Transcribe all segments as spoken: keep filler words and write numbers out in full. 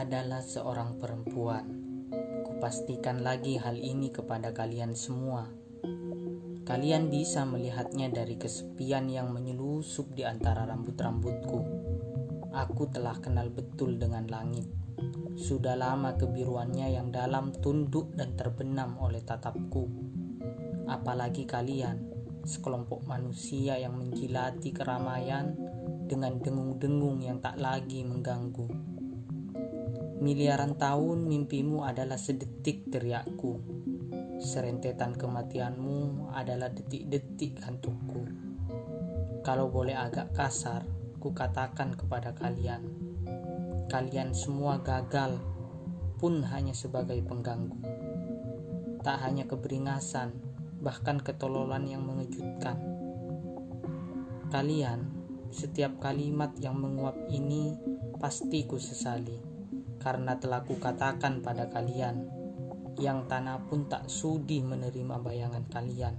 adalah seorang perempuan. Kupastikan lagi hal ini kepada kalian semua. Kalian bisa melihatnya dari kesepian yang menyelusup di antara rambut-rambutku. Aku telah kenal betul dengan langit. Sudah lama kebiruannya yang dalam tunduk dan terbenam oleh tatapku. Apalagi kalian, sekelompok manusia yang menjilati keramaian dengan dengung-dengung yang tak lagi mengganggu. Miliaran tahun mimpimu adalah sedetik teriakku. Serentetan kematianmu adalah detik-detik kantukku. Kalau boleh agak kasar, ku katakan kepada kalian, kalian semua gagal pun hanya sebagai pengganggu. Tak hanya keberingasan, bahkan ketololan yang mengejutkan. Kalian, setiap kalimat yang menguap ini pasti ku sesali, karena telah ku katakan pada kalian, yang tanah pun tak sudi menerima bayangan kalian.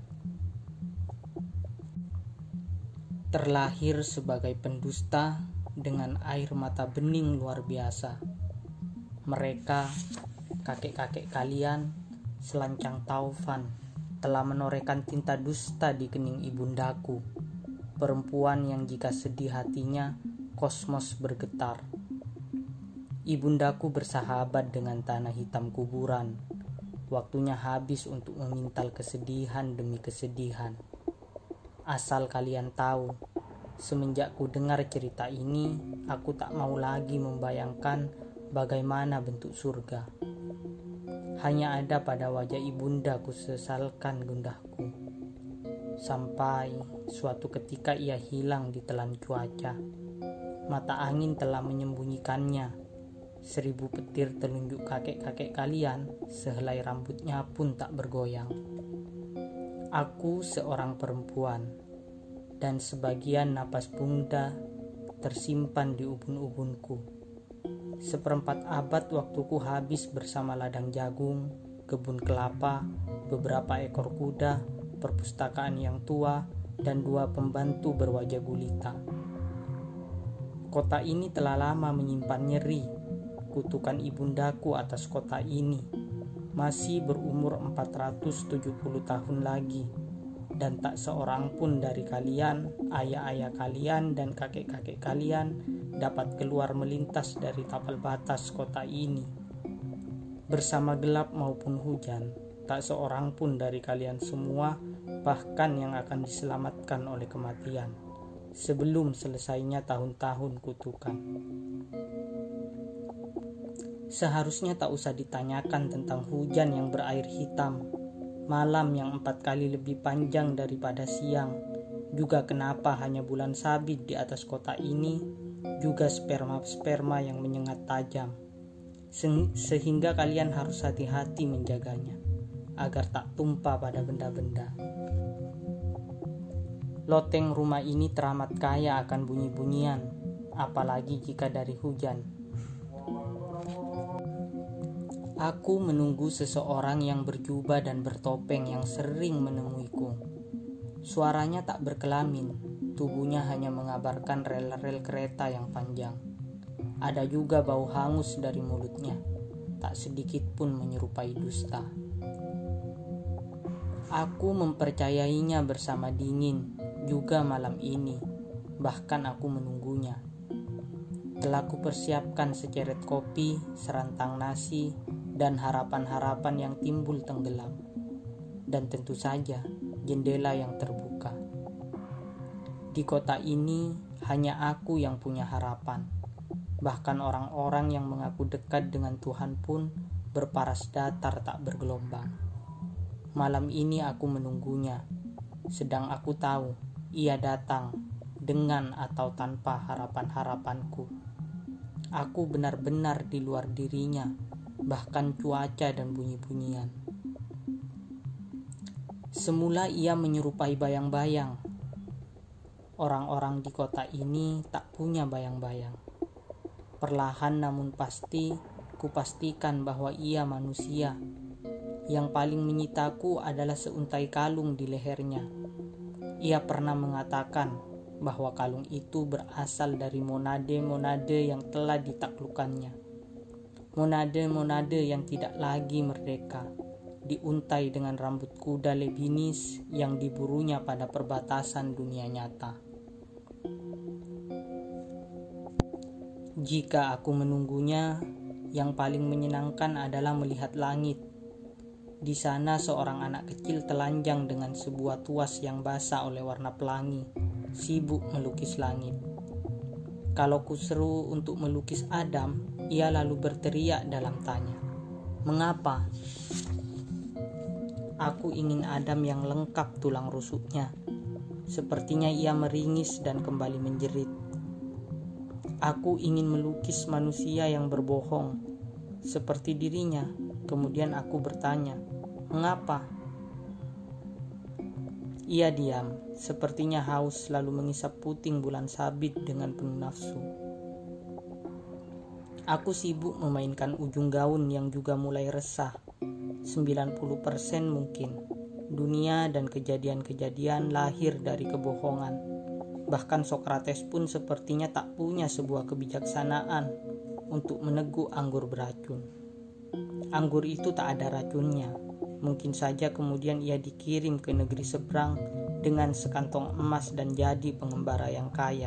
Terlahir sebagai pendusta dengan air mata bening luar biasa. Mereka, kakek-kakek kalian, selancang taufan, telah menorehkan tinta dusta di kening ibundaku, perempuan yang jika sedih hatinya, kosmos bergetar. Ibundaku bersahabat dengan tanah hitam kuburan. Waktunya habis untuk memintal kesedihan demi kesedihan. Asal kalian tahu, semenjak ku dengar cerita ini, aku tak mau lagi membayangkan bagaimana bentuk surga. Hanya ada pada wajah ibunda ku sesalkan gundahku. Sampai suatu ketika ia hilang ditelan cuaca. Mata angin telah menyembunyikannya. Seribu petir telunjuk kakek-kakek kalian, sehelai rambutnya pun tak bergoyang. Aku seorang perempuan, dan sebagian napas bunda tersimpan di ubun-ubunku. Seperempat abad waktuku habis bersama ladang jagung, kebun kelapa, beberapa ekor kuda, perpustakaan yang tua, dan dua pembantu berwajah gulita. Kota ini telah lama menyimpan nyeri. Kutukan ibundaku atas kota ini masih berumur empat ratus tujuh puluh tahun lagi, dan tak seorang pun dari kalian, ayah-ayah kalian dan kakek-kakek kalian dapat keluar melintas dari tapal batas kota ini. Bersama gelap maupun hujan, tak seorang pun dari kalian semua bahkan yang akan diselamatkan oleh kematian sebelum selesainya tahun-tahun kutukan. Seharusnya tak usah ditanyakan tentang hujan yang berair hitam, malam yang empat kali lebih panjang daripada siang, juga kenapa hanya bulan sabit di atas kota ini, juga sperma-sperma yang menyengat tajam, Se- sehingga kalian harus hati-hati menjaganya, agar tak tumpah pada benda-benda. Loteng rumah ini teramat kaya akan bunyi-bunyian, apalagi jika dari hujan. Aku menunggu seseorang yang berjubah dan bertopeng yang sering menemuiku. Suaranya tak berkelamin, tubuhnya hanya mengabarkan rel-rel kereta yang panjang. Ada juga bau hangus dari mulutnya, tak sedikit pun menyerupai dusta. Aku mempercayainya bersama dingin, juga malam ini, bahkan aku menunggunya. Telah kupersiapkan seceret kopi, serantang nasi, dan harapan-harapan yang timbul tenggelam, dan tentu saja jendela yang terbuka. Di kota ini hanya aku yang punya harapan, bahkan orang-orang yang mengaku dekat dengan Tuhan pun berparas datar tak bergelombang. Malam ini aku menunggunya, sedang aku tahu ia datang dengan atau tanpa harapan-harapanku. Aku benar-benar di luar dirinya, bahkan cuaca dan bunyi-bunyian. Semula ia menyerupai bayang-bayang. Orang-orang di kota ini tak punya bayang-bayang. Perlahan namun pasti, kupastikan bahwa ia manusia. Yang paling menyitaku adalah seuntai kalung di lehernya. Ia pernah mengatakan bahwa kalung itu berasal dari monade-monade yang telah ditaklukkannya. Monade-monade yang tidak lagi merdeka, diuntai dengan rambut kuda lebinis yang diburunya pada perbatasan dunia nyata. Jika aku menunggunya, yang paling menyenangkan adalah melihat langit. Di sana seorang anak kecil telanjang dengan sebuah tuas yang basah oleh warna pelangi, sibuk melukis langit. Kalau ku seru untuk melukis Adam, ia lalu berteriak dalam tanya, "Mengapa?" Aku ingin Adam yang lengkap tulang rusuknya. Sepertinya ia meringis dan kembali menjerit. Aku ingin melukis manusia yang berbohong, seperti dirinya. Kemudian aku bertanya, "Mengapa?" Ia diam, sepertinya haus, lalu mengisap puting bulan sabit dengan penuh nafsu. Aku sibuk memainkan ujung gaun yang juga mulai resah. sembilan puluh persen mungkin. Dunia dan kejadian-kejadian lahir dari kebohongan. Bahkan Sokrates pun sepertinya tak punya sebuah kebijaksanaan untuk meneguk anggur beracun. Anggur itu tak ada racunnya. Mungkin saja kemudian ia dikirim ke negeri seberang dengan sekantong emas dan jadi pengembara yang kaya.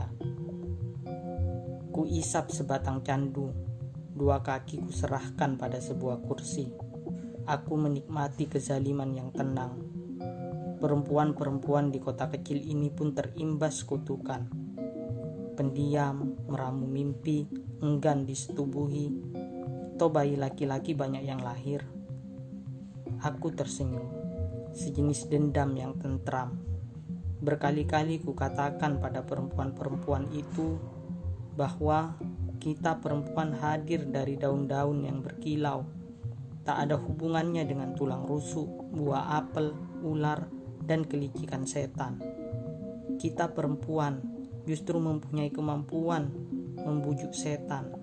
Ku isap sebatang candu, dua kaki ku serahkan pada sebuah kursi. Aku menikmati kezaliman yang tenang. Perempuan-perempuan di kota kecil ini pun terimbas kutukan. Pendiam, meramu mimpi, enggan disetubuhi. Toh bayi laki-laki banyak yang lahir. Aku tersenyum, sejenis dendam yang tentram. Berkali-kali kukatakan pada perempuan-perempuan itu bahwa kita perempuan hadir dari daun-daun yang berkilau. Tak ada hubungannya dengan tulang rusuk, buah apel, ular, dan kelicikan setan. Kita perempuan justru mempunyai kemampuan membujuk setan.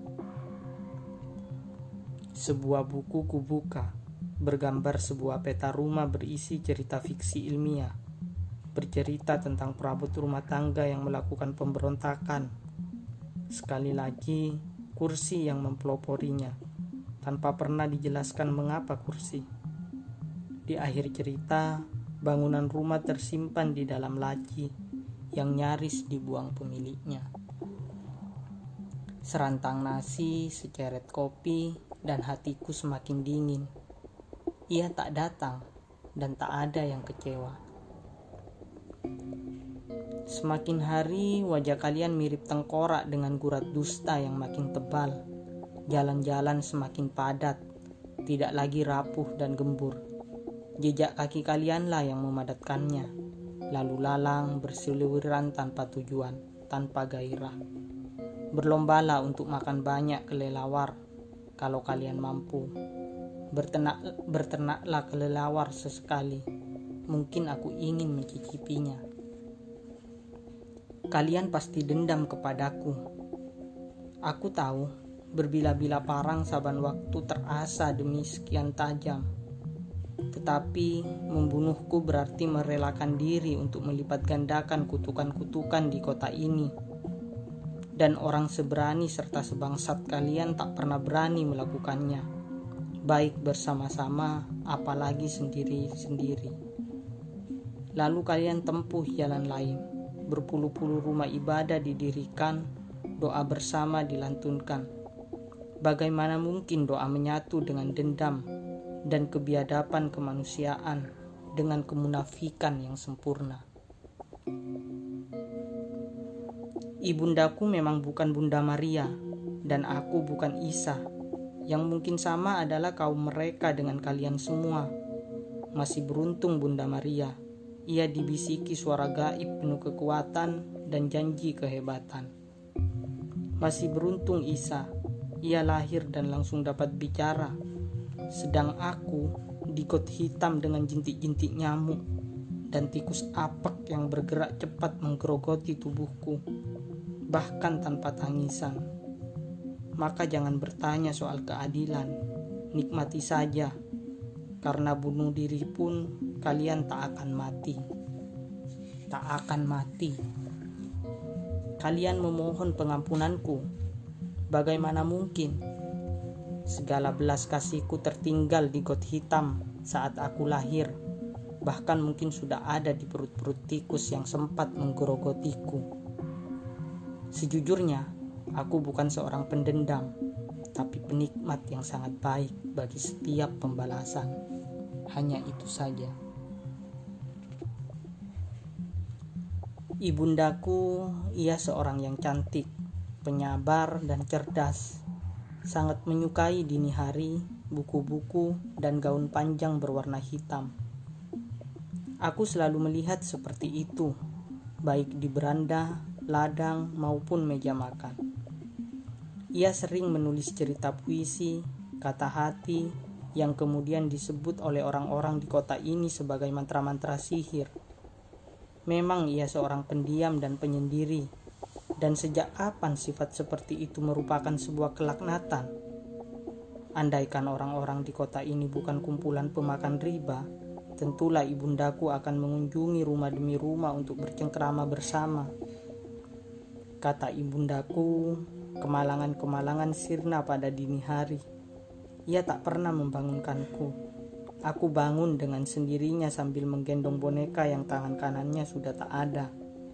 Sebuah buku kubuka, bergambar sebuah peta rumah berisi cerita fiksi ilmiah, bercerita tentang perabot rumah tangga yang melakukan pemberontakan. Sekali lagi, kursi yang mempeloporinya, tanpa pernah dijelaskan mengapa kursi. Di akhir cerita, bangunan rumah tersimpan di dalam laci yang nyaris dibuang pemiliknya. Serantang nasi, seceret kopi, dan hatiku semakin dingin. Ia tak datang dan tak ada yang kecewa. Semakin hari wajah kalian mirip tengkorak dengan gurat dusta yang makin tebal. Jalan-jalan semakin padat, tidak lagi rapuh dan gembur. Jejak kaki kalianlah yang memadatkannya. Lalu lalang berseliweran tanpa tujuan, tanpa gairah. Berlombalah untuk makan banyak kelelawar kalau kalian mampu. Berternak, berternaklah kelelawar sesekali. Mungkin aku ingin mencicipinya. Kalian pasti dendam kepadaku. Aku tahu, berbilah-bilah parang saban waktu terasa demi sekian tajam. Tetapi membunuhku berarti merelakan diri untuk melipat gandakan kutukan-kutukan di kota ini. Dan orang seberani serta sebangsat kalian tak pernah berani melakukannya, baik bersama-sama apalagi sendiri-sendiri. Lalu kalian tempuh jalan lain. Berpuluh-puluh rumah ibadah didirikan, doa bersama dilantunkan. Bagaimana mungkin doa menyatu dengan dendam dan kebiadaban kemanusiaan dengan kemunafikan yang sempurna? Ibundaku memang bukan Bunda Maria, dan aku bukan Isa. Yang mungkin sama adalah kaum mereka dengan kalian semua. Masih beruntung Bunda Maria. Ia dibisiki suara gaib penuh kekuatan dan janji kehebatan. Masih beruntung Isa. Ia lahir dan langsung dapat bicara. Sedang aku digot hitam dengan jintik-jintik nyamuk dan tikus apek yang bergerak cepat menggerogoti tubuhku, bahkan tanpa tangisan. Maka jangan bertanya soal keadilan, nikmati saja, karena bunuh diri pun kalian tak akan mati. Tak akan mati. Kalian memohon pengampunanku. Bagaimana mungkin? Segala belas kasihku tertinggal di got hitam saat aku lahir. Bahkan mungkin sudah ada di perut-perut tikus yang sempat menggerogotiku. Sejujurnya, aku bukan seorang pendendam, tapi penikmat yang sangat baik bagi setiap pembalasan. Hanya itu saja. Ibundaku, ia seorang yang cantik, penyabar dan cerdas. Sangat menyukai dini hari, buku-buku, dan gaun panjang berwarna hitam. Aku selalu melihat seperti itu, baik di beranda, ladang, maupun meja makan. Ia sering menulis cerita puisi, kata hati, yang kemudian disebut oleh orang-orang di kota ini sebagai mantra-mantra sihir. Memang ia seorang pendiam dan penyendiri. Dan sejak kapan sifat seperti itu merupakan sebuah kelaknatan? Andaikan orang-orang di kota ini bukan kumpulan pemakan riba, tentulah ibundaku akan mengunjungi rumah demi rumah untuk bercengkrama bersama. Kata ibundaku, kemalangan-kemalangan sirna pada dini hari. Ia tak pernah membangunkanku. Aku bangun dengan sendirinya sambil menggendong boneka yang tangan kanannya sudah tak ada.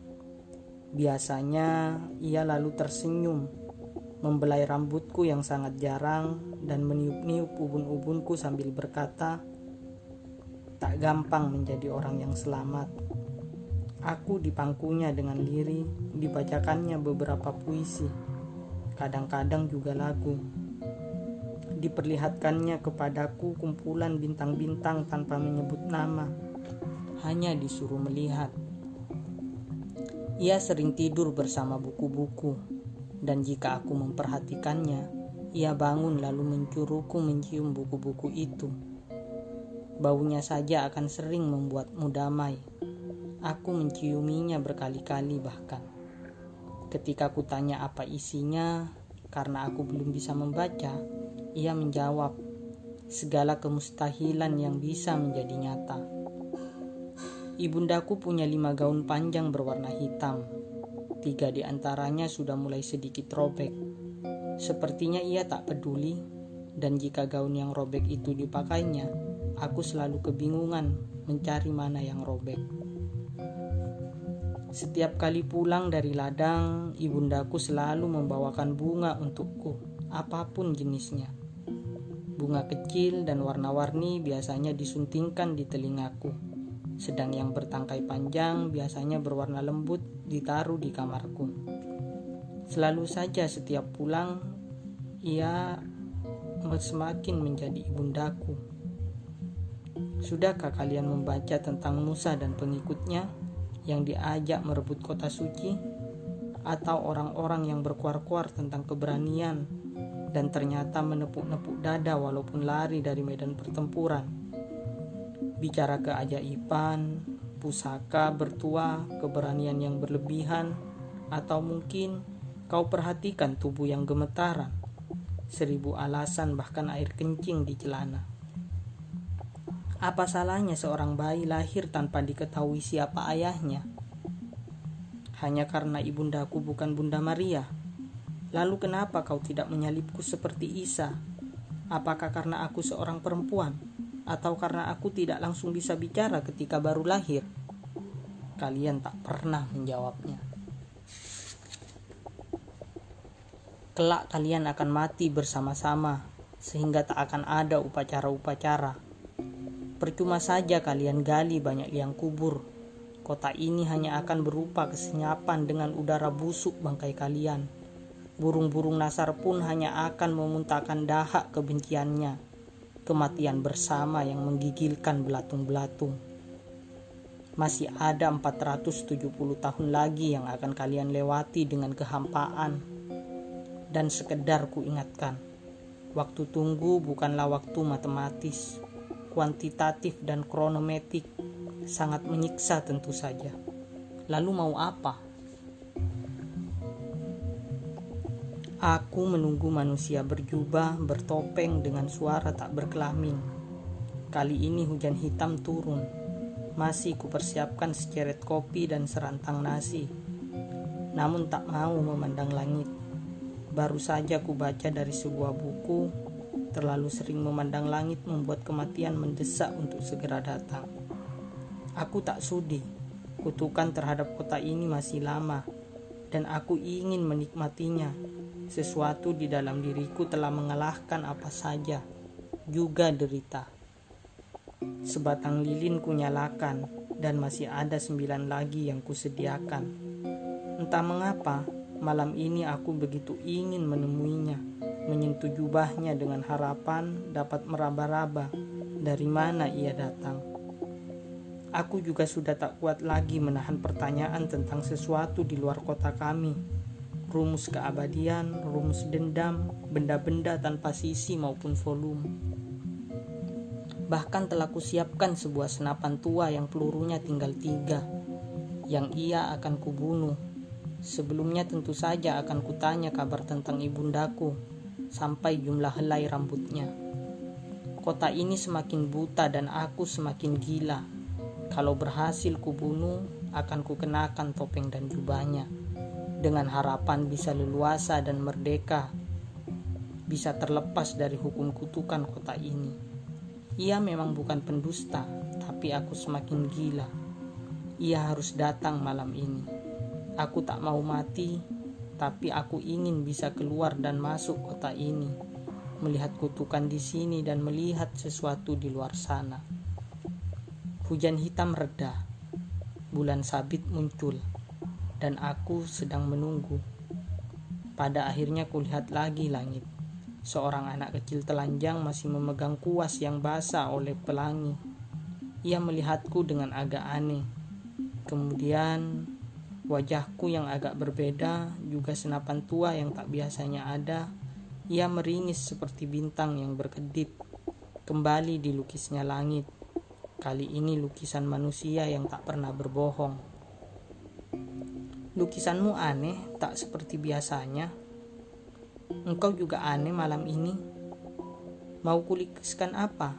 Biasanya ia lalu tersenyum, membelai rambutku yang sangat jarang dan meniup-niup ubun-ubunku sambil berkata, "Tak gampang menjadi orang yang selamat." Aku dipangkunya dengan lirih, dibacakannya beberapa puisi, kadang-kadang juga lagu. Diperlihatkannya kepadaku kumpulan bintang-bintang tanpa menyebut nama, hanya disuruh melihat. Ia sering tidur bersama buku-buku, dan jika aku memperhatikannya, ia bangun lalu menyuruhku mencium buku-buku itu. Baunya saja akan sering membuatmu damai. Aku menciuminya berkali-kali bahkan. Ketika aku tanya apa isinya, karena aku belum bisa membaca, ia menjawab, segala kemustahilan yang bisa menjadi nyata. Ibundaku punya lima gaun panjang berwarna hitam. Tiga di antaranya sudah mulai sedikit robek. Sepertinya ia tak peduli, dan jika gaun yang robek itu dipakainya, aku selalu kebingungan mencari mana yang robek. Setiap kali pulang dari ladang, ibundaku selalu membawakan bunga untukku, apapun jenisnya. Bunga kecil dan warna-warni biasanya disuntingkan di telingaku. Sedang yang bertangkai panjang biasanya berwarna lembut ditaruh di kamarku. Selalu saja setiap pulang, ia semakin menjadi ibundaku. Sudahkah kalian membaca tentang Musa dan pengikutnya yang diajak merebut kota suci? Atau orang-orang yang berkuar-kuar tentang keberanian dan ternyata menepuk-nepuk dada walaupun lari dari medan pertempuran? Bicara keajaiban, pusaka bertuah, keberanian yang berlebihan, atau mungkin kau perhatikan tubuh yang gemetaran, seribu alasan bahkan air kencing di celana. Apa salahnya seorang bayi lahir tanpa diketahui siapa ayahnya? Hanya karena ibundaku bukan Bunda Maria. Lalu kenapa kau tidak menyalibku seperti Isa? Apakah karena aku seorang perempuan? Atau karena aku tidak langsung bisa bicara ketika baru lahir? Kalian tak pernah menjawabnya. Kelak kalian akan mati bersama-sama, sehingga tak akan ada upacara-upacara. Percuma saja kalian gali banyak liang kubur. Kota ini hanya akan berupa kesenyapan dengan udara busuk bangkai kalian. Burung-burung nasar pun hanya akan memuntahkan dahak kebenciannya. Kematian bersama yang menggigilkan belatung-belatung. Masih ada empat ratus tujuh puluh tahun lagi yang akan kalian lewati dengan kehampaan. Dan sekedar ku ingatkan, waktu tunggu bukanlah waktu matematis, kuantitatif dan kronometrik, sangat menyiksa tentu saja. Lalu mau apa? Aku menunggu manusia berjubah, bertopeng dengan suara tak berkelamin. Kali ini hujan hitam turun. Masih kupersiapkan seceret kopi dan serantang nasi. Namun tak mau memandang langit. Baru saja ku baca dari sebuah buku, terlalu sering memandang langit membuat kematian mendesak untuk segera datang. Aku tak sudi, kutukan terhadap kota ini masih lama, dan aku ingin menikmatinya. Sesuatu di dalam diriku telah mengalahkan apa saja, juga derita. Sebatang lilin kunyalakan, dan masih ada sembilan lagi yang kusediakan. Entah mengapa, malam ini aku begitu ingin menemuinya, menyentuh jubahnya dengan harapan dapat meraba-raba dari mana ia datang. Aku juga sudah tak kuat lagi menahan pertanyaan tentang sesuatu di luar kota kami. Rumus keabadian, rumus dendam, benda-benda tanpa sisi maupun volume. Bahkan telah kusiapkan sebuah senapan tua yang pelurunya tinggal tiga, yang ia akan kubunuh. Sebelumnya tentu saja akan kutanya kabar tentang ibundaku, sampai jumlah helai rambutnya. Kota ini semakin buta dan aku semakin gila. Kalau berhasil kubunuh, akan kukenakan topeng dan jubahnya, dengan harapan bisa leluasa dan merdeka, bisa terlepas dari hukum kutukan kota ini. Ia memang bukan pendusta, tapi aku semakin gila. Ia harus datang malam ini. Aku tak mau mati, tapi aku ingin bisa keluar dan masuk kota ini, melihat kutukan di sini dan melihat sesuatu di luar sana. Hujan hitam reda, bulan sabit muncul, dan aku sedang menunggu. Pada akhirnya kulihat lagi langit. Seorang anak kecil telanjang masih memegang kuas yang basah oleh pelangi. Ia melihatku dengan agak aneh. Kemudian wajahku yang agak berbeda, juga senapan tua yang tak biasanya ada. Ia meringis seperti bintang yang berkedip. Kembali dilukisnya langit. Kali ini lukisan manusia yang tak pernah berbohong. Lukisanmu aneh, tak seperti biasanya. Engkau juga aneh malam ini. Mau kulukiskan apa?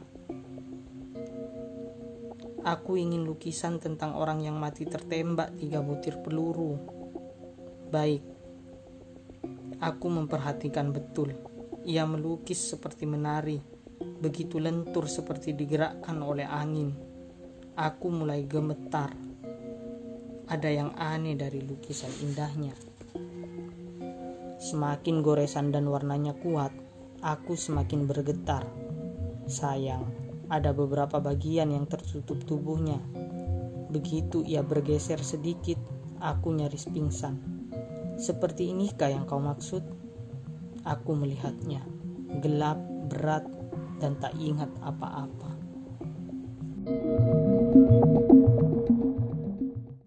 Aku ingin lukisan tentang orang yang mati tertembak tiga butir peluru. Baik. Aku memperhatikan betul. Ia melukis seperti menari, begitu lentur seperti digerakkan oleh angin. Aku mulai gemetar. Ada yang aneh dari lukisan indahnya. Semakin goresan dan warnanya kuat, aku semakin bergetar. Sayang, ada beberapa bagian yang tertutup tubuhnya. Begitu ia bergeser sedikit, aku nyaris pingsan. Seperti inikah yang kau maksud? Aku melihatnya, gelap, berat, dan tak ingat apa-apa.